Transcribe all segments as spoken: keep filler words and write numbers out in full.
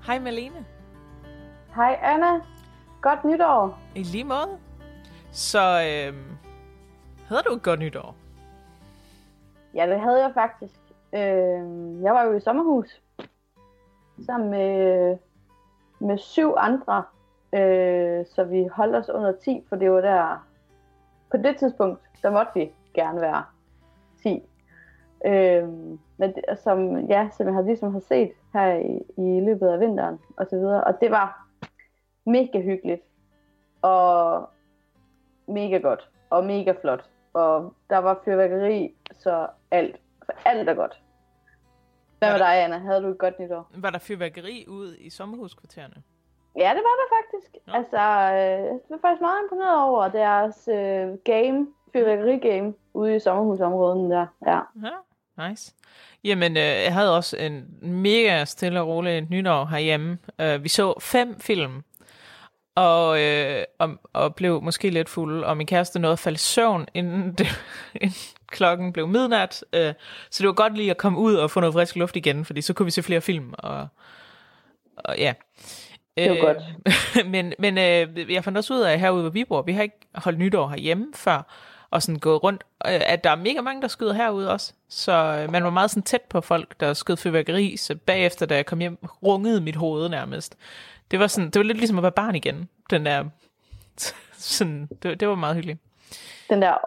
Hej Malene. Hej Anna. Godt nytår. I lige måde. Så øh, havde du et godt nytår? Ja, det havde jeg faktisk. Øh, jeg var jo i sommerhus sammen med, med syv andre. Øh, så vi holdt os under ti, for det var der... På det tidspunkt, der måtte vi gerne være ti. Øh, men det, som, ja, som jeg har, ligesom har set her i, i løbet af vinteren og så videre. Og det var mega hyggeligt. Og mega godt. Og mega flot. Og der var fyrværkeri, så alt. For alt er godt. Hvad med dig, Anna? Havde du et godt nytår? Var der fyrværkeri ude i sommerhuskvartererne? Ja, det var der faktisk. Ja. Altså, øh, jeg var faktisk meget imponeret over deres øh, game, fyrværkeri-game, ude i sommerhusområden der. Ja. Ja, nice. Jamen, øh, jeg havde også en mega stille og rolig nytår herhjemme. Uh, vi så fem film, og, øh, og, og blev måske lidt fulde, og min kæreste nåede at falde i søvn, inden, det, inden klokken blev midnat. Uh, så det var godt lige at komme ud og få noget frisk luft igen, fordi så kunne vi se flere film, og, og ja... Det var øh, godt. men men øh, jeg fandt også ud af, herude hvor vi bor, vi har ikke holdt nytår herhjemme før, og sådan gået rundt, øh, at der er mega mange, der skyder herude også. Så øh, man var meget sådan tæt på folk, der skød fyrværkeri, så bagefter, da jeg kom hjem, rungede mit hoved nærmest. Det var sådan, det var lidt ligesom at være barn igen, den der, sådan, det, det var meget hyggeligt. Den der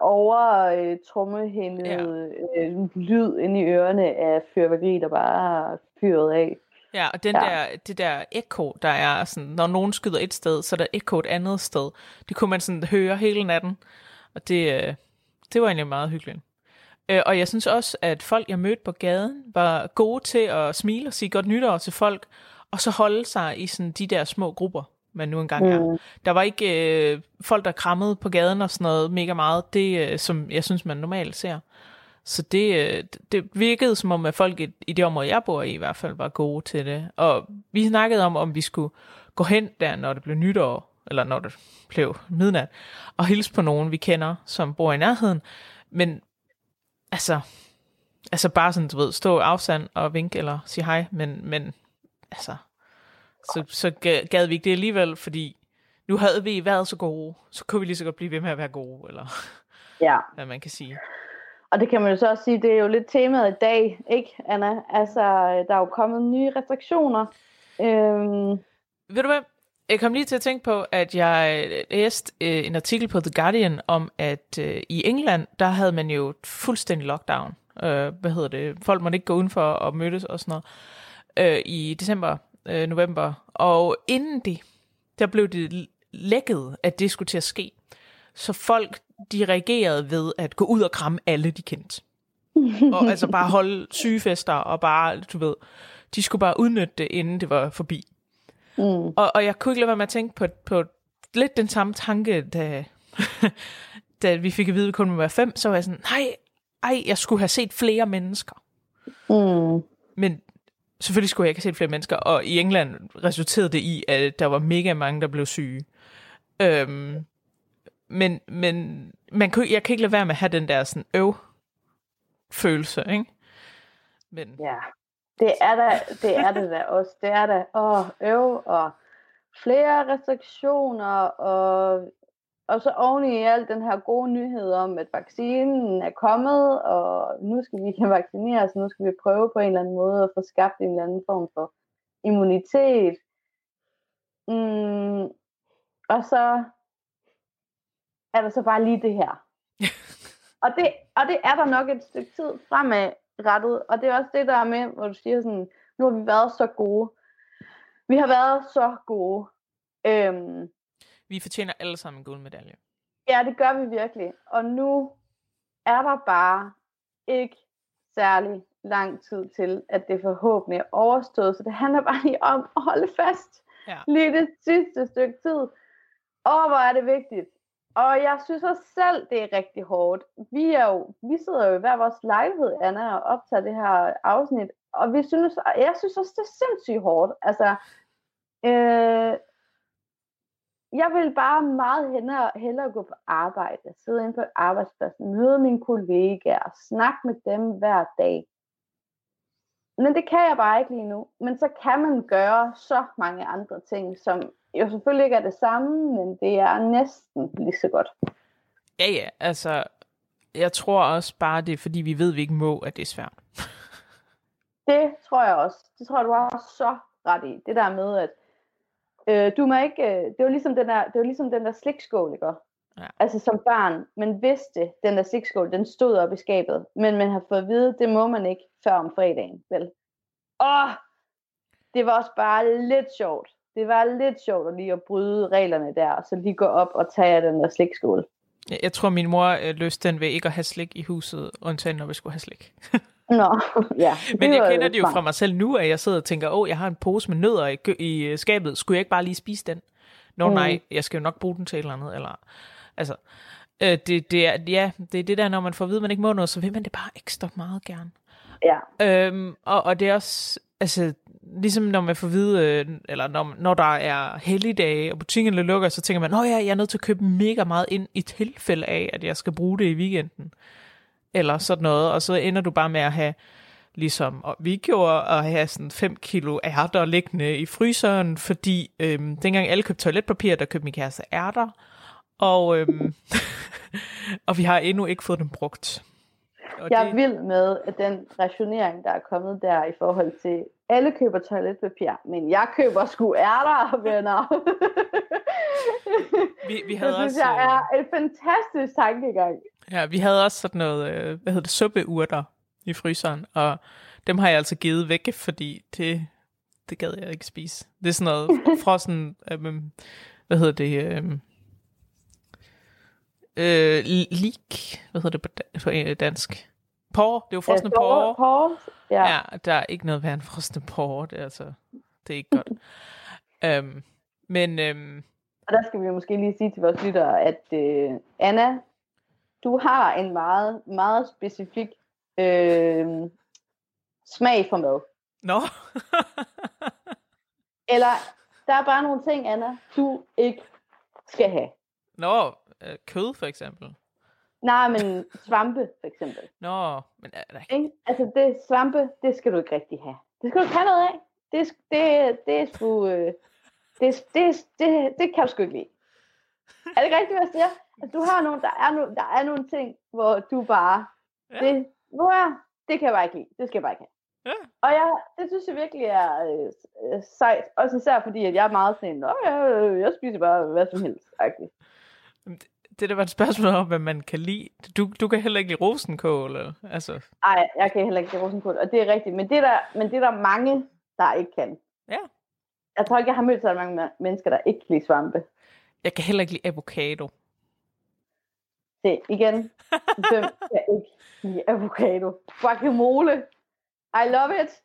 over-trummehændede ja. øh, lyd inde i ørerne af fyrværkeri, der bare fyret af. Ja, og den ja. der, det der ekko, der er sådan, når nogen skyder et sted, så er der ekko et andet sted. Det kunne man sådan høre hele natten, og det, det var egentlig meget hyggeligt. Og jeg synes også, at folk, jeg mødte på gaden, var gode til at smile og sige godt nytår til folk, og så holde sig i sådan de der små grupper, man nu engang er. Mm. Der var ikke øh, folk, der krammede på gaden og sådan noget mega meget, det som jeg synes, man normalt ser. Så det, det virkede som om, at folk i, i det område, jeg bor i, i hvert fald var gode til det. Og vi snakkede om, om vi skulle gå hen der, når det blev nytår, eller når det blev midnat, og hilse på nogen, vi kender, som bor i nærheden. Men altså, altså bare sådan, du ved, stå i afstand og vinke eller sige hej, men, men altså, så, så gad vi ikke det alligevel, fordi nu havde vi været så gode, så kunne vi lige så godt blive ved med at være gode, eller ja. Hvad man kan sige. Og det kan man jo så også sige, det er jo lidt temaet i dag, ikke, Anna? Altså, der er jo kommet nye restriktioner. Øhm... Ved du hvad? Jeg kom lige til at tænke på, at jeg læste øh, en artikel på The Guardian om, at øh, i England, der havde man jo fuldstændig lockdown. Øh, hvad hedder det? Folk måtte ikke gå udenfor og mødes og sådan noget. Øh, I december, øh, november. Og inden det, der blev det lækket, at det skulle til at ske. Så folk, de reagerede ved at gå ud og kramme alle, de kendte. Og altså bare holde sygefester, og bare, du ved, de skulle bare udnytte det, inden det var forbi. Mm. Og, og jeg kunne ikke lade være med at tænke på, på lidt den samme tanke, da, da vi fik at vide, at vi kun må være fem, så var jeg sådan, nej, ej, jeg skulle have set flere mennesker. Mm. Men selvfølgelig skulle jeg ikke have set flere mennesker, og i England resulterede det i, at der var mega mange, der blev syge. Øhm, Men, men man kan, jeg kan ikke lade være med at have den der sådan øv-følelse, ikke? Men... Ja, det er da, det er det da også. Det er da, åh, øv, og flere restriktioner, og, og så oven i alt den her gode nyhed om, at vaccinen er kommet, og nu skal vi kan vaccinere os, nu skal vi prøve på en eller anden måde at få skabt en eller anden form for immunitet. Mm, og så er der så bare lige det her. og, det, og det er der nok et stykke tid fremadrettet, og det er også det, der er med, hvor du siger sådan, nu har vi været så gode. Vi har været så gode. Øhm, vi fortjener alle sammen en guldmedalje. Ja, det gør vi virkelig. Og nu er der bare ikke særlig lang tid til, at det forhåbentlig er overstået, så det handler bare lige om at holde fast. Ja. Lige det sidste stykke tid. Åh, hvor er det vigtigt. Og jeg synes også selv, det er rigtig hårdt. Vi, er jo, vi sidder jo i hver vores lejlighed, Anna, og optager det her afsnit. Og vi synes, jeg synes også, det er sindssygt hårdt. Altså, øh, jeg vil bare meget hellere, hellere gå på arbejde, sidde inde på arbejdspladsen, møde mine kollegaer, snakke med dem hver dag. Men det kan jeg bare ikke lige nu. Men så kan man gøre så mange andre ting, som jo selvfølgelig ikke er det samme, men det er næsten lige så godt. Ja, ja, altså, jeg tror også bare, det er fordi, vi ved, vi ikke må, at det er svært. Det tror jeg også. Det tror jeg, du har så ret i. Det der med, at øh, du må ikke, øh, det var ligesom den der, det var ligesom den der slikskål, ikke? Ja. Altså som barn, man vidste, den der slikskål, den stod op i skabet, men man har fået at vide, det må man ikke før om fredagen, vel? Åh, det var også bare lidt sjovt. Det var lidt sjovt at lige at bryde reglerne der, og så lige gå op og tage den der slikskål. Jeg tror, min mor øh, løste den ved ikke at have slik i huset, undtagen når vi skulle have slik. Nå, ja. Men jeg kender det jo fra mig selv nu, at jeg sidder og tænker, åh, jeg har en pose med nødder i, i skabet. Skulle jeg ikke bare lige spise den? Nå mm. nej, jeg skal jo nok bruge den til et eller andet. Eller, altså, øh, det, det, er, ja, det er det der, når man får at vide, at man ikke må noget, så vil man det bare ekstra meget gerne. Ja. Øhm, og, og det er også, altså, ligesom når man får at vide, øh, eller når, når der er helligdage, og butikkerne lukker, så tænker man, nå ja, jeg er nødt til at købe mega meget ind i tilfælde af, at jeg skal bruge det i weekenden. Eller sådan noget, og så ender du bare med at have, ligesom og vi gjorde, at have sådan fem kilo ærter liggende i fryseren, fordi øhm, dengang alle købte toiletpapir, der købte min kæreste ærter, og, øhm, og vi har endnu ikke fået dem brugt. Og jeg er det... vild med at den rationering, der er kommet der i forhold til, alle køber toiletpapir, men jeg køber sgu ærter, venner. vi, vi havde det synes også, jeg er en fantastisk tankegang. Ja, vi havde også sådan noget, øh, hvad hedder det, suppeurter i fryseren, og dem har jeg altså givet væk, fordi det, det gad jeg ikke spise. Det er sådan noget frossen, øh, hvad hedder det, øh, øh, lik, hvad hedder det på, på dansk? Porre, det er jo frosne ja, porre. porre. Ja. ja, der er ikke noget værd en frosne porre, det er altså, det er ikke godt. øhm, men, øhm, og der skal vi måske lige sige til vores lyttere, at øh, Anna, du har en meget, meget specifik øh, smag for mad. Nå. Eller, der er bare nogle ting, Anna, du ikke skal have. Nå, øh, kød for eksempel. Nej, men svampe for eksempel. Nå, men er der ikke... ikke? Altså, det svampe, det skal du ikke rigtig have. Det skal du ikke have noget af. Det, det, det er sgu... Øh, det, det, det, det kan du sgu ikke lide. Er det ikke rigtigt, hvad jeg siger? Altså, du har nogle, der er, no, der er nogle ting, hvor du bare, ja. det, hvor er, det kan jeg bare ikke lide, det skal jeg bare ikke have. Ja. Og jeg, det synes jeg virkelig er øh, sejt, også især fordi, at jeg er meget sådan, Nå, jeg, jeg spiser bare hvad som helst. Det, det der var et spørgsmål om, hvad man kan lide. Du, du kan heller ikke lide rosenkål, eller? Altså. Nej, jeg kan heller ikke lide rosenkål, og det er rigtigt, men det er der, men det er der mange, der ikke kan. Ja. Jeg tror ikke, jeg har mødt så mange mennesker, der ikke kan lide svampe. Jeg kan heller ikke lide avocado. Se, igen. Hvem kan ikke lide avocado? Guacamole. I love it.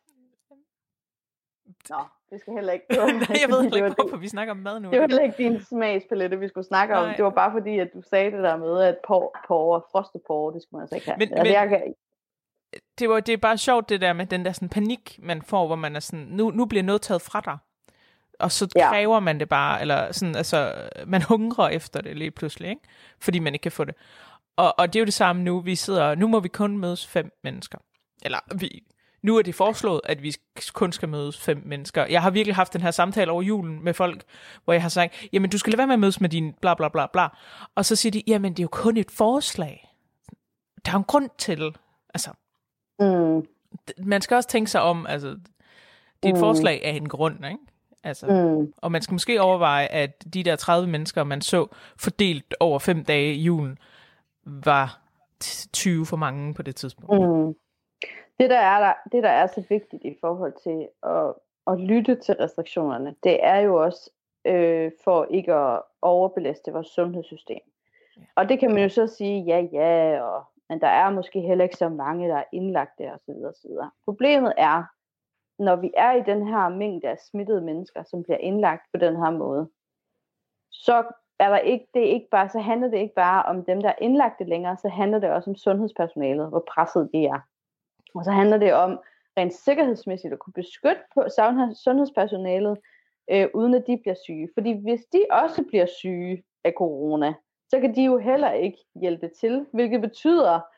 Nå, det skal heller ikke. Det var, Nej, jeg ved heller ikke, hvorfor vi snakker om mad nu. Det var heller ikke din smagspalette, vi skulle snakke Nej. om. Det var bare fordi, at du sagde det der med, at porre, frostet porre, det skulle man altså ikke have. Men, altså, men, jeg kan... det, var, det er bare sjovt, det der med den der sådan panik, man får, hvor man er sådan, nu, nu bliver noget taget fra dig. Og så ja. kræver man det bare, eller sådan, altså, man hungrer efter det lige pludselig, ikke? Fordi man ikke kan få det. Og, og det er jo det samme nu, vi sidder, nu må vi kun mødes fem mennesker. Eller, vi, nu er det foreslået, at vi kun skal mødes fem mennesker. Jeg har virkelig haft den her samtale over julen med folk, hvor jeg har sagt, jamen du skal lade være med at mødes med din bla bla bla bla. Og så siger de, jamen det er jo kun et forslag. Der er jo en grund til, altså, mm. man skal også tænke sig om, altså, dit mm. forslag er en grund, ikke? Altså, mm. Og man skal måske overveje, at de der tredive mennesker, man så fordelt over fem dage i julen, var tyve for mange på det tidspunkt. Mm. Det, der er der, det, der er så vigtigt i forhold til at, at lytte til restriktionerne, det er jo også øh, for ikke at overbelaste vores sundhedssystem. Ja. Og det kan man jo så sige, ja, ja, og, men der er måske heller ikke så mange, der er indlagt der, osv. osv. Problemet er, når vi er i den her mængde af smittede mennesker, som bliver indlagt på den her måde, så er der ikke, det er ikke bare, så handler det ikke bare om dem, der er indlagte længere, så handler det også om sundhedspersonalet, hvor presset de er. Og så handler det om rent sikkerhedsmæssigt at kunne beskytte på sundhedspersonalet, øh, uden at de bliver syge. Fordi hvis de også bliver syge af corona, så kan de jo heller ikke hjælpe til, hvilket betyder,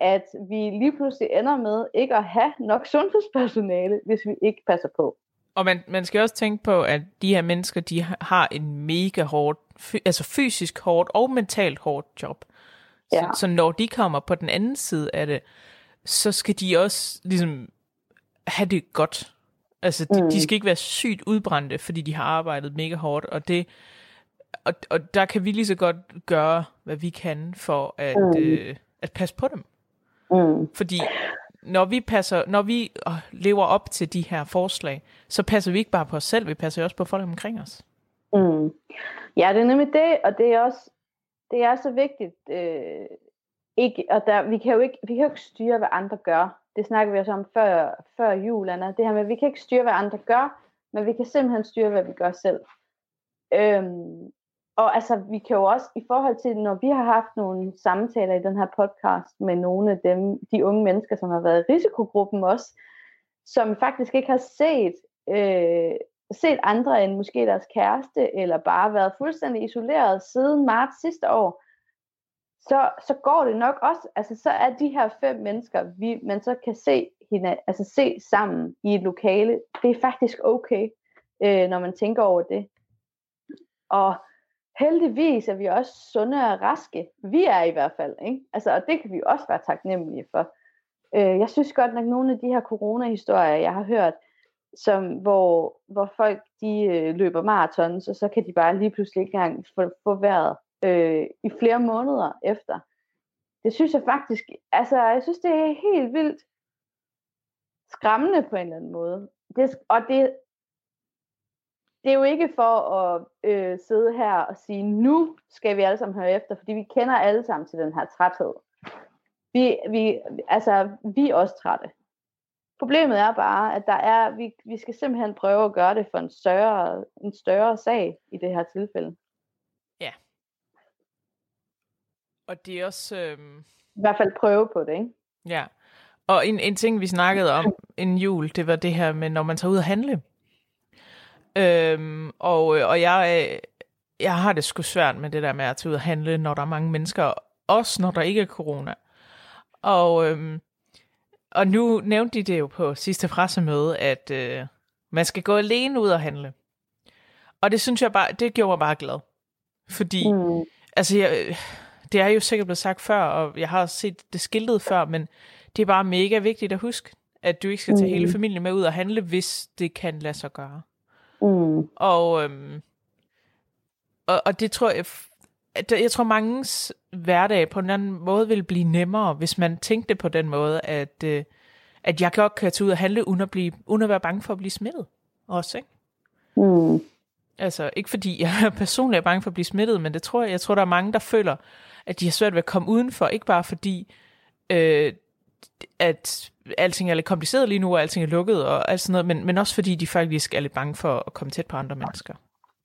at vi lige pludselig ender med ikke at have nok sundhedspersonale, hvis vi ikke passer på. Og man, man skal også tænke på, at de her mennesker, de har en mega hårdt, altså fysisk hårdt og mentalt hårdt job. Så, Ja. så når de kommer på den anden side af det, så skal de også ligesom have det godt. Altså, de, mm. de skal ikke være sygt udbrændte, fordi de har arbejdet mega hårdt, og det og, og der kan vi lige så godt gøre, hvad vi kan for at, mm. øh, at passe på dem. Mm. Fordi når vi passer, når vi øh, lever op til de her forslag, så passer vi ikke bare på os selv, vi passer også på folk omkring os. Mm. Ja, det er nemlig det, og det er også det er så vigtigt. Øh, ikke, og der, vi kan jo ikke, vi kan jo ikke styre, hvad andre gør. Det snakker vi også om før, før jul, Anna. Det her med, vi kan ikke styre, hvad andre gør, men vi kan simpelthen styre, hvad vi gør selv. Øhm, og altså, vi kan jo også, i forhold til, når vi har haft nogle samtaler i den her podcast med nogle af dem, de unge mennesker, som har været i risikogruppen også, som faktisk ikke har set, øh, set andre end måske deres kæreste, eller bare været fuldstændig isoleret siden marts sidste år, så, så går det nok også, altså så er de her fem mennesker, vi, man så kan se, hende, altså se sammen i et lokale, det er faktisk okay, øh, når man tænker over det. Og heldigvis er vi også sunde og raske. Vi er i hvert fald, ikke? Altså, og det kan vi jo også være taknemmelige for. Øh, jeg synes godt nok, nogle af de her corona-historier, jeg har hørt, som, hvor, hvor folk de øh, løber maraton, så så kan de bare lige pludselig ikke engang få, få vejret øh, i flere måneder efter. Det synes jeg faktisk, altså jeg synes det er helt vildt skræmmende på en eller anden måde. Det, og det, det er jo ikke for at øh, sidde her og sige, nu skal vi alle sammen høre efter, fordi vi kender alle sammen til den her træthed. Vi, vi, altså, vi er også trætte. Problemet er bare, at der er, vi, vi skal simpelthen prøve at gøre det for en større, en større sag i det her tilfælde. Ja. Og det er også... Øh... I hvert fald prøve på det, ikke? Ja. Og en, en ting, vi snakkede om inden jul, det var det her med, når man tager ud og handle. Øhm, og, og jeg, jeg har det sgu svært med det der med at tage ud og handle, når der er mange mennesker, også når der ikke er corona. Og, øhm, og nu nævnte de det jo på sidste pressemøde, at øh, man skal gå alene ud og handle. Og det synes jeg bare, det gjorde mig bare glad. Fordi, mm. altså, jeg, det er jo sikkert blevet sagt før, og jeg har set det skiltet før, men det er bare mega vigtigt at huske, at du ikke skal tage mm. hele familien med ud og handle, hvis det kan lade sig gøre. Mm. Og, øhm, og, og det tror jeg, at jeg tror mangens hverdag på en anden måde vil blive nemmere, hvis man tænkte på den måde, at, øh, at jeg godt kan tage ud og handle, uden at, blive, uden at være bange for at blive smittet også, ikke? Mm. Altså, ikke fordi jeg personligt er bange for at blive smittet, men det tror jeg, jeg tror, der er mange, der føler, at de har svært ved at komme udenfor, ikke bare fordi, øh, at alting er lidt kompliceret lige nu, og alting er lukket, og alt sådan noget, men, men også fordi de faktisk er lidt bange for at komme tæt på andre mennesker.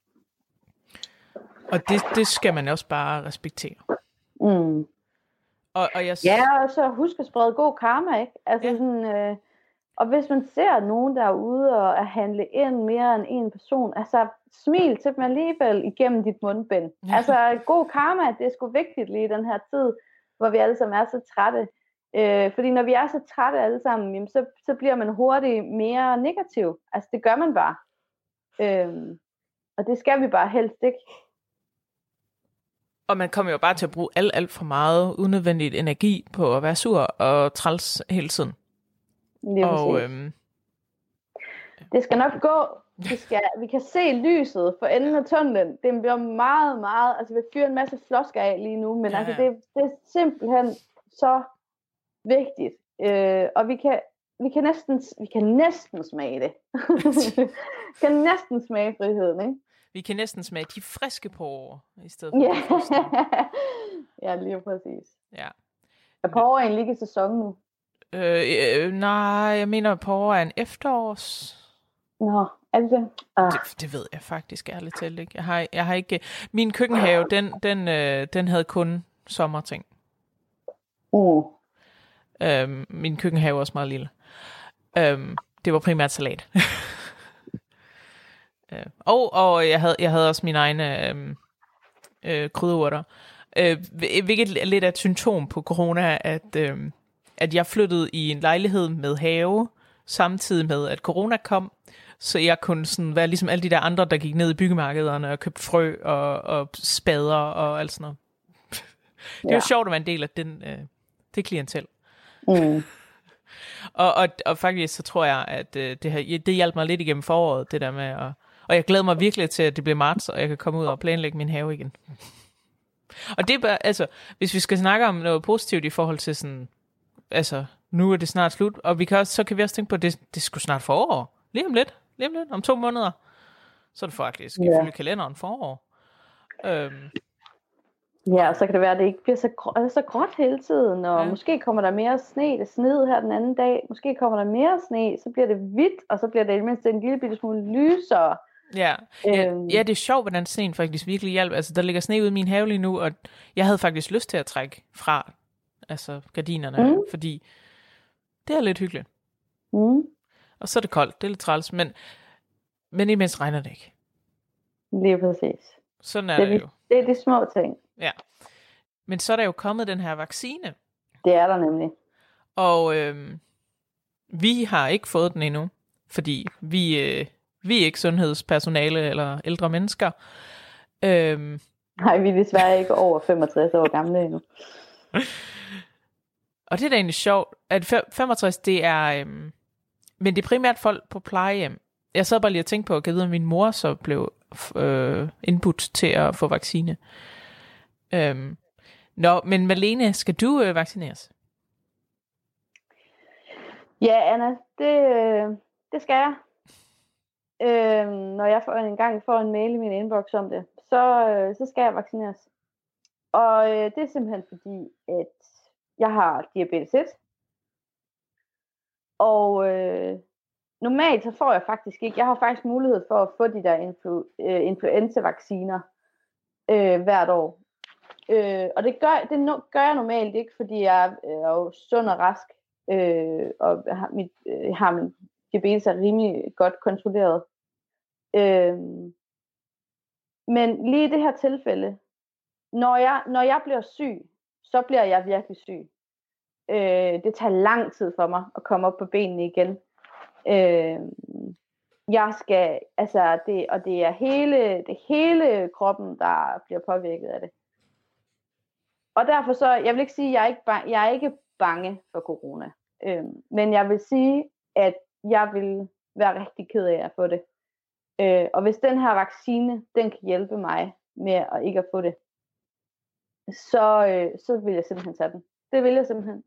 Og det, det skal man også bare respektere. Mm. Og, og jeg... Ja, og så husk at sprede god karma, ikke? Altså ja. sådan, øh, og hvis man ser nogen, der er ude og at handle ind mere end en person, altså smil til dem alligevel igennem dit mundbind. Ja. Altså god karma, det er sgu vigtigt lige i den her tid, hvor vi alle sammen er så trætte. Øh, fordi når vi er så trætte alle sammen, jamen, så, så bliver man hurtigt mere negativ. Altså det gør man bare. Øh, og det skal vi bare helst ikke. Og man kommer jo bare til at bruge alt, alt for meget unødvendigt energi på at være sur og træls hele tiden. Og, øhm, det skal nok gå. Vi, skal, vi kan se lyset for enden af tunnelen. Det bliver meget, meget... Altså vi fyrer en masse flosker af lige nu, men ja, altså, det, det er simpelthen så vigtigt. Øh, og vi kan, vi, kan næsten, vi kan næsten smage det. Vi kan næsten smage friheden, ikke? Vi kan næsten smage de friske porrer i stedet for yeah. de friske. Ja, lige præcis. Ja. Er porrer egentlig ikke i sæson nu? Øh, øh, nej, jeg mener, at porrer er en efterårs... Nå, er det det? Ah. det? Det ved jeg faktisk ærligt talt ikke. Jeg har, jeg har ikke... Min køkkenhave, den, den, øh, den havde kun sommerting. Uh. Øhm, min køkkenhave er også meget lille. Øhm, det var primært salat. øh, og og jeg, havde, jeg havde også mine egne øh, øh, krydderurter. Øh, hvilket er lidt af et symptom på corona, at, øh, at jeg flyttede i en lejlighed med have, samtidig med, at corona kom. Så jeg kunne sådan være ligesom alle de der andre, der gik ned i byggemarkederne og købte frø og, og spader og alt sådan noget. Det er ja. jo sjovt at være en del af den, øh, det klientel. Mm. og, og, og faktisk så tror jeg, at øh, det, her, det hjalp mig lidt igennem foråret, det der med at, og jeg glæder mig virkelig til, at det bliver marts, og jeg kan komme ud og planlægge min have igen. Og det er bare, altså, hvis vi skal snakke om noget positivt i forhold til sådan, altså, nu er det snart slut, og vi kan også, så kan vi også tænke på, at det, det skulle snart forår. Lige om lidt, lige om lidt, om to måneder, så er det faktisk ja. ifølge kalenderen forår. Øhm. Ja, og så kan det være, at det ikke bliver så, grå, så gråt hele tiden, og ja. måske kommer der mere sne, det sned her den anden dag, måske kommer der mere sne, så bliver det hvidt, og så bliver det i mindst en lille bitte smule lysere. Ja. Ja, øhm. ja, det er sjovt, hvordan sneen faktisk virkelig hjælper. Altså, der ligger sne ude i min have lige nu, og jeg havde faktisk lyst til at trække fra, altså gardinerne, mm. fordi det er lidt hyggeligt. Mm. Og så er det koldt, det er lidt træls, men, men imens regner det ikke. Lige præcis. Sådan er det, er det de, jo. Det er de små ting. Ja. Men så er der jo kommet den her vaccine. Det er der nemlig. Og øhm, vi har ikke fået den endnu, fordi vi, øh, vi er ikke sundhedspersonale eller ældre mennesker. Øhm, Nej, vi er desværre ikke over femogtres år gamle endnu. Og det er da egentlig sjovt, at femogtres, det er, øhm, men det er primært folk på plejehjem. Jeg sad bare lige og tænkte på, at jeg ved, at min mor så blev øh, indbudt til at få vaccine. Øhm, Nå, men Malene, skal du øh, vaccineres? Ja, Anna, det, det skal jeg. Øhm, når jeg får en gang får en mail i min inbox om det, så, øh, så skal jeg vaccineres. Og øh, det er simpelthen fordi, at jeg har diabetes et. Og øh, normalt så får jeg faktisk ikke, jeg har faktisk mulighed for at få de der influ, øh, influenza-vacciner øh, hvert år. Øh, og det gør, det no, gør jeg normalt ikke, fordi jeg er jo sund og rask, øh, og har, mit, øh, har min diabetes er rimelig godt kontrolleret. Øh, men lige i det her tilfælde, når jeg, når jeg bliver syg, så bliver jeg virkelig syg. Øh, det tager lang tid for mig at komme op på benene igen. Øh, jeg skal, altså det, og det er hele, det hele kroppen, der bliver påvirket af det. Og derfor så, jeg vil ikke sige, at jeg er ikke bange, jeg er ikke bange for corona. Øh, men jeg vil sige, at jeg vil være rigtig ked af at få det. Øh, og hvis den her vaccine, den kan hjælpe mig med at ikke at få det, så, øh, så vil jeg simpelthen tage den. Det vil jeg simpelthen.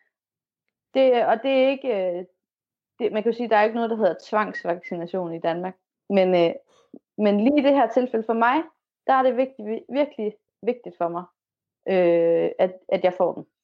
Det, og det er ikke, det, man kan jo sige, der er ikke noget, der hedder tvangsvaccination i Danmark. Men, øh, men lige i det her tilfælde for mig, der er det vigtigt, virkelig vigtigt for mig, øh, at, at jeg får den.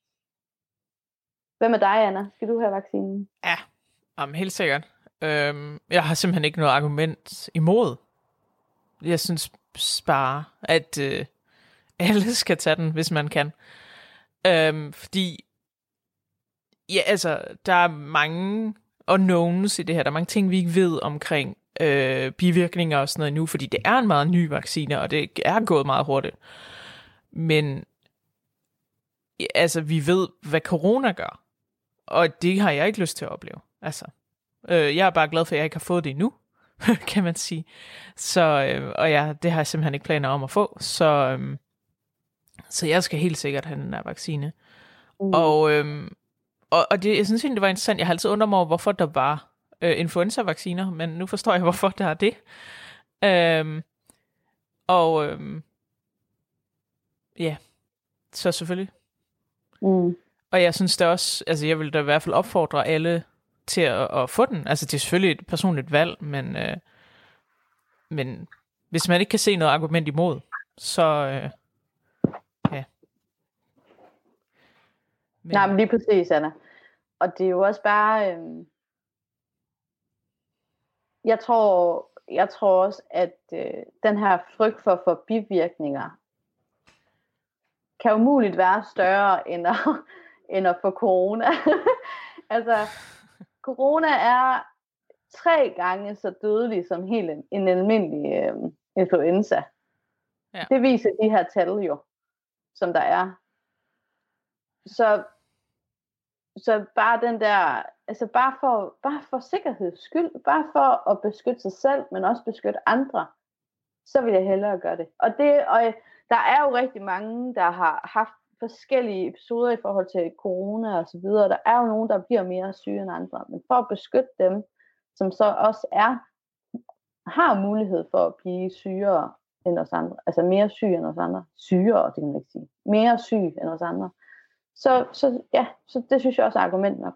Hvad med dig, Anna? Skal du have vaccinen? Ja, jamen, helt sikkert. Øhm, jeg har simpelthen ikke noget argument imod. Jeg synes bare, at øh, alle skal tage den, hvis man kan. Øhm, fordi, ja, altså, der er mange unknowns i det her. Der er mange ting, vi ikke ved omkring øh, bivirkninger og sådan noget nu, fordi det er en meget ny vaccine, og det er gået meget hurtigt. Men, ja, altså, vi ved, hvad corona gør. Og det har jeg ikke lyst til at opleve. Altså, øh, jeg er bare glad for, at jeg ikke har fået det endnu, kan man sige. Så, øh, og ja, det har jeg simpelthen ikke planer om at få. Så, øh, så jeg skal helt sikkert have den der vaccine. Mm. Og, øh, og, og det, jeg synes egentlig, det var interessant. Jeg har altid undret mig over, hvorfor der var øh, influenza-vacciner, men nu forstår jeg, hvorfor der er det. Øh, og øh, ja, så selvfølgelig. Mm. Og jeg synes da også, altså jeg vil da i hvert fald opfordre alle til at, at få den. Altså det er selvfølgelig et personligt valg, men, øh, men hvis man ikke kan se noget argument imod, så øh, ja. Men... Nej, men lige præcis, Anna. Og det er jo også bare, øh... jeg tror, jeg tror også, at øh, den her frygt for, for bivirkninger, kan umuligt være større end at end at få corona. Altså, corona er tre gange så dødelig som helt en, en almindelig øh, influenza. Ja. Det viser de her tal jo, som der er. Så så bare den der, altså bare for, bare for sikkerheds skyld, bare for at beskytte sig selv, men også beskytte andre, så vil jeg hellere gøre det. Og, det, og der er jo rigtig mange, der har haft forskellige episoder i forhold til corona og så videre. Der er jo nogen, der bliver mere syge end andre. Men for at beskytte dem, som så også er, har mulighed for at blive sygere end os andre, altså mere syge end os andre, sygere, det kan man ikke sige, mere syge end os andre, så, så ja, så det synes jeg også er argument nok.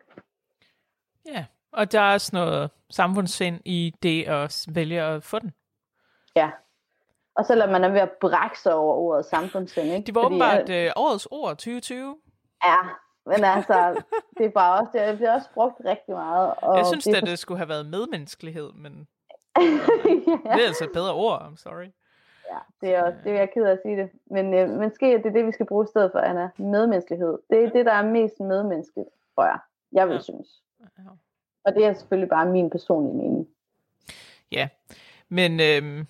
Ja, og der er også noget samfundssind i det at vælge at få den. Ja, og selvom man er ved at brække sig over ordet samfundssind, ikke? Det var fordi, åbenbart øh, årets ord tyve tyve. Ja, men altså, det er bare også, det bliver også brugt rigtig meget. Og jeg synes det, at for... det skulle have været medmenneskelighed, men ja. Det er altså et bedre ord, I'm sorry. Ja, det er også, det er jeg ked af at sige det. Men øh, måske er det det, vi skal bruge i stedet for, Anna. Medmenneskelighed. Det er ja. det, der er mest medmenneskeligt, tror jeg. Jeg vil ja. synes. Ja. Og det er selvfølgelig bare min personlige mening. Ja, men, øhm,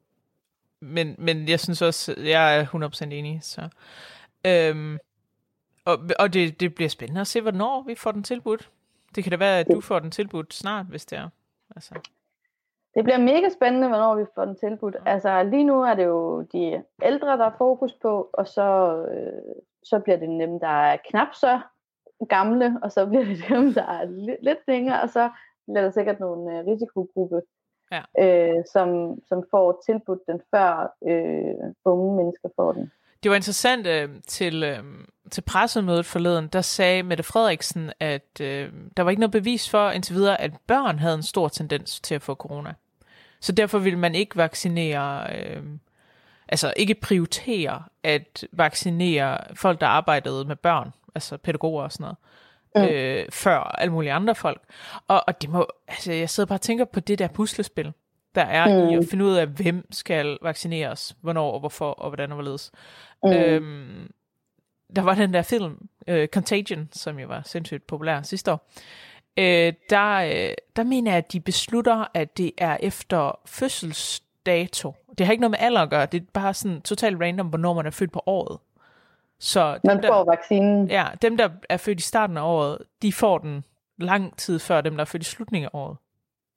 men, men jeg synes også, jeg er hundrede procent enig. Så. Øhm, og og det, det bliver spændende at se, hvornår vi får den tilbudt. Det kan da være, at du får den tilbudt snart, hvis det er. Altså. Det bliver mega spændende, hvornår vi får den tilbudt. Altså lige nu er det jo de ældre, der er fokus på, og så, øh, så bliver det dem, der er knap så gamle, og så bliver det dem, der er lidt, lidt længere, og så bliver der sikkert nogle øh, risikogruppe, ja. øh, som, som får tilbudt den før øh, unge mennesker får den. Det var interessant øh, til, øh, til pressemødet forleden, der sagde Mette Frederiksen, at øh, der var ikke noget bevis for indtil videre, at børn havde en stor tendens til at få corona. Så derfor ville man ikke vaccinere, øh, altså ikke prioritere at vaccinere folk, der arbejdede med børn, altså pædagoger og sådan noget, mm. øh, før alle mulige andre folk. Og, og det må, altså jeg sidder bare og tænker på det der puslespil, der er mm. i at finde ud af, hvem skal vaccineres, hvornår og hvorfor og hvordan og hvorledes. Mm. Øhm, der var den der film, uh, Contagion, som jo var sindssygt populær sidste år. Øh, der, øh, der mener jeg, at de beslutter, at det er efter fødselsdato. Det har ikke noget med alder at gøre, det er bare sådan totalt random, hvornår man er født på året. Så dem, man får der, vaccinen. Ja, dem, der er født i starten af året, de får den lang tid før dem, der er født i slutningen af året.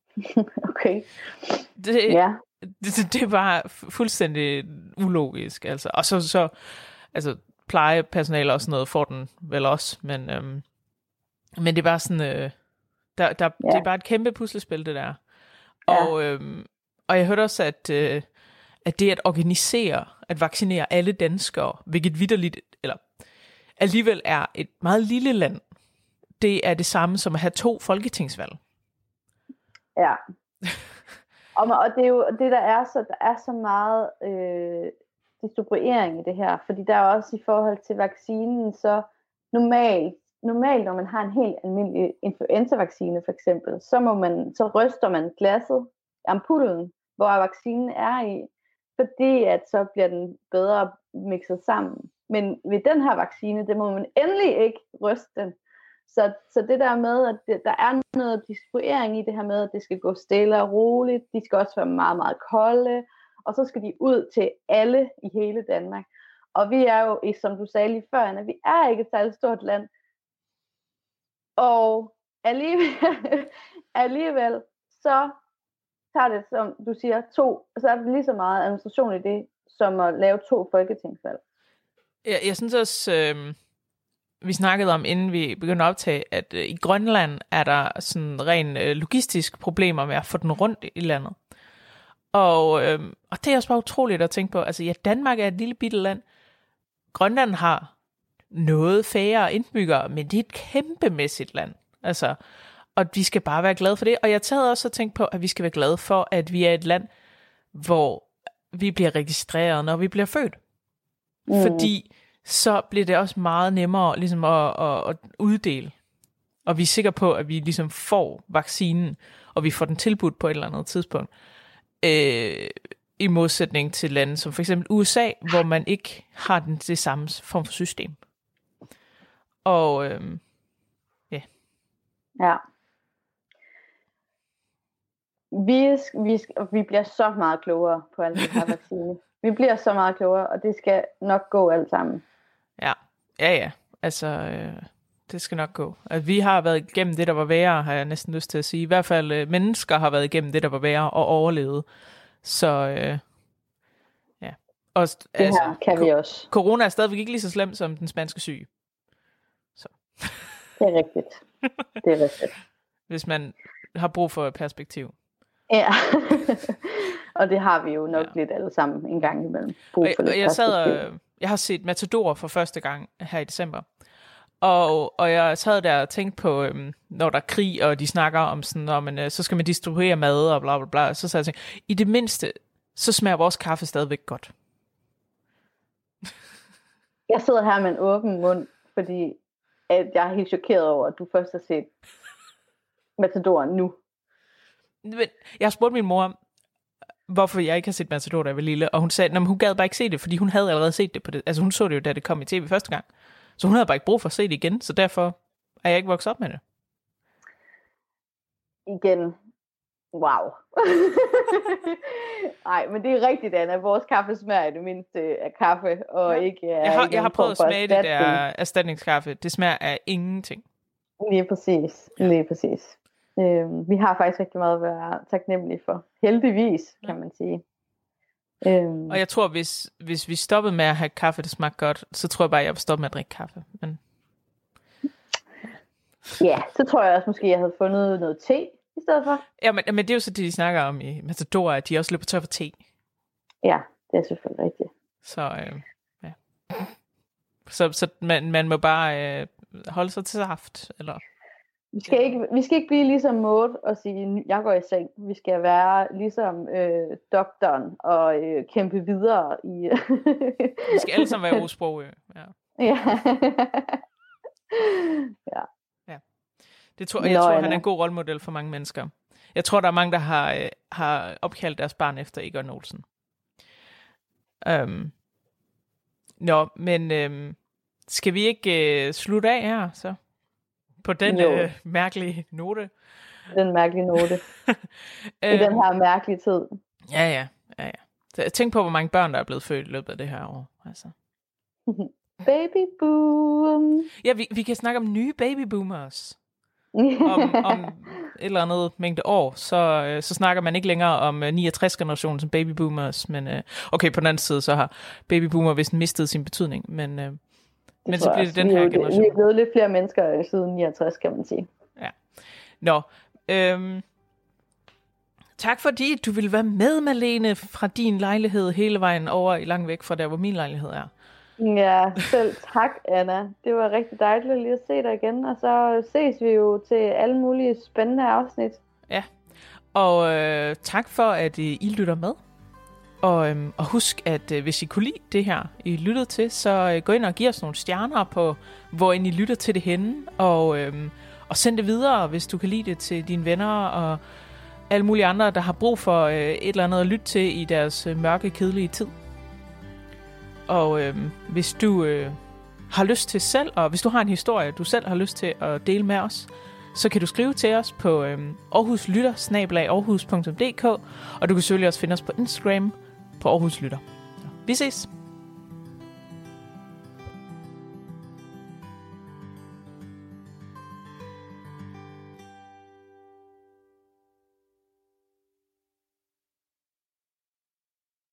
Okay. Det, ja. det, det er bare fuldstændig ulogisk, altså. Og så, så altså, plejepersonale og sådan noget får den vel også, men, øhm, men det er bare sådan, øh, der, der, ja. det er bare et kæmpe puslespil, det der. Ja. Og, øhm, og jeg hørte også, at, øh, at det at organisere, at vaccinere alle danskere, hvilket vitterligt, eller alligevel er et meget lille land, det er det samme som at have to folketingsvalg. Ja. og, og det er jo det, der er så, der er så meget øh, distribuering i det her, fordi der er også i forhold til vaccinen, så normalt, normalt når man har en helt almindelig influenza-vaccine for eksempel, så, må man, så ryster man glasset, ampullen, hvor vaccinen er i, fordi at så bliver den bedre mixet sammen. Men ved den her vaccine, det må man endelig ikke ryste den. Så, så det der med, at det, der er noget distribuering i det her med, at det skal gå stille og roligt, de skal også være meget, meget kolde, og så skal de ud til alle i hele Danmark. Og vi er jo, som du sagde lige før, Anna, vi er ikke et særligt stort land. Og alligevel, alligevel så tager det, som du siger, to, så er det lige så meget administration i det, som at lave to folketingsvalg. Jeg, jeg synes også... Øh... Vi snakkede om, inden vi begyndte at optage, at øh, i Grønland er der sådan ren øh, logistisk problemer med at få den rundt i landet. Og, øh, og det er også bare utroligt at tænke på. Altså ja, Danmark er et lille bitte land. Grønland har noget færre indbyggere, men det er et kæmpemæssigt land. Altså, og vi skal bare være glade for det. Og jeg tager også at tænke på, at vi skal være glade for, at vi er et land, hvor vi bliver registreret, når vi bliver født. Mm. Fordi så bliver det også meget nemmere ligesom at, at, at uddele. Og vi er sikre på, at vi ligesom får vaccinen, og vi får den tilbudt på et eller andet tidspunkt. Øh, I modsætning til lande som for eksempel U S A, hvor man ikke har den det samme form for system. Og øh, yeah. ja. Vi, vi, vi bliver så meget klogere på alle de her vacciner. Vi bliver så meget klogere, og det skal nok gå alt sammen. Ja, ja, ja. Altså, øh, det skal nok gå. At vi har været igennem det, der var værre, har jeg næsten lyst til at sige. I hvert fald øh, mennesker har været igennem det, der var værre og overlevet. Så øh, ja. Og, det altså, her kan ko- vi også. Corona er stadigvæk ikke lige så slem som den spanske syge. Så. Det er rigtigt. Det er rigtigt. Hvis man har brug for et perspektiv. Ja, og det har vi jo nok ja. lidt alle sammen en gang imellem. Brug for og, og jeg sad og, jeg har set Matador for første gang her i december. Og, og jeg sad der og tænkte på, øhm, når der er krig, og de snakker om sådan, når man, øh, så skal man distribuere mad og bla bla bla. Så sad jeg og tænkte, i det mindste, så smager vores kaffe stadigvæk godt. Jeg sidder her med en åben mund, fordi at jeg er helt chokeret over, at du først har set Matador nu. Men jeg har spurgt min mor, hvorfor jeg ikke har set Matador, da jeg var lille, og hun sagde, at hun gad bare ikke se det, fordi hun havde allerede set det på det. Altså hun så det jo, da det kom i tv første gang. Så hun havde bare ikke brug for at se det igen, så derfor er jeg ikke vokset op med det. Igen. Wow. Nej, men det er rigtigt, Anna. Vores kaffe smager i det mindste af kaffe, og ja. ikke af... Jeg har, jeg har prøvet at smage det der erstatningskaffe. Det smager af ingenting. Lige præcis. Ja. Lige præcis. Øhm, vi har faktisk rigtig meget at være taknemmelige for. Heldigvis, kan ja. man sige. Øhm. Og jeg tror, hvis, hvis vi stoppede med at have kaffe, der smagte godt, så tror jeg bare, at jeg vil stoppe med at drikke kaffe. Men... Ja, så tror jeg også måske, jeg havde fundet noget te i stedet for. Ja, men, men det er jo så det, de snakker om i Matador, at de også løber tør for te. Ja, det er selvfølgelig rigtigt. Så, øh, ja. Så, så man, man må bare øh, holde sig til saft, eller... Vi skal, ikke, vi skal ikke blive ligesom Maud og sige, jeg går i seng. Vi skal være ligesom øh, doktoren og øh, kæmpe videre i... Vi skal alle sammen være osprog. Ja. Ja. ja. ja. Det tror, jeg Nå, tror, han er en god rollemodel for mange mennesker. Jeg tror, der er mange, der har, øh, har opkaldt deres barn efter Egon Olsen. Um, Nå, men øh, skal vi ikke øh, slutte af her, så? På den øh, mærkelige note. Den mærkelige note. I den her mærkelige tid. Ja, ja. ja, ja. Så tænk på, hvor mange børn, der er blevet født i løbet af det her år. Altså. Baby boom. Ja, vi, vi kan snakke om nye baby boomers. om, om et eller andet mængde år, så, øh, så snakker man ikke længere om øh, niogtres-generationen som baby boomers. Men øh, okay, på den anden side, så har baby boomer vist mistet sin betydning. Men... Øh, Det Men så bliver det den vi her er, generation. Vi er blevet lidt flere mennesker siden niogtres, kan man sige. Ja. Nå. Øhm, tak fordi du ville være med, Malene, fra din lejlighed hele vejen over i langt væk fra der, hvor min lejlighed er. Ja, selv tak, Anna. Det var rigtig dejligt lige at se dig igen, og så ses vi jo til alle mulige spændende afsnit. Ja, og øh, tak for, at øh, I lytter med. Og, øhm, og husk, at øh, hvis I kunne lide det her, I lyttede til, så øh, gå ind og giv os nogle stjerner på, hvor I lytter til det henne. Og, øhm, og send det videre, hvis du kan lide det, til dine venner og alle mulige andre, der har brug for øh, et eller andet at lytte til i deres øh, mørke, kedelige tid. Og øhm, hvis du øh, har lyst til selv, og hvis du har en historie, du selv har lyst til at dele med os, så kan du skrive til os på øhm, aarhuslytter snabel-a aarhus punktum d k, og du kan selvfølgelig også finde os på Instagram på Aarhus Lytter. Vi ses!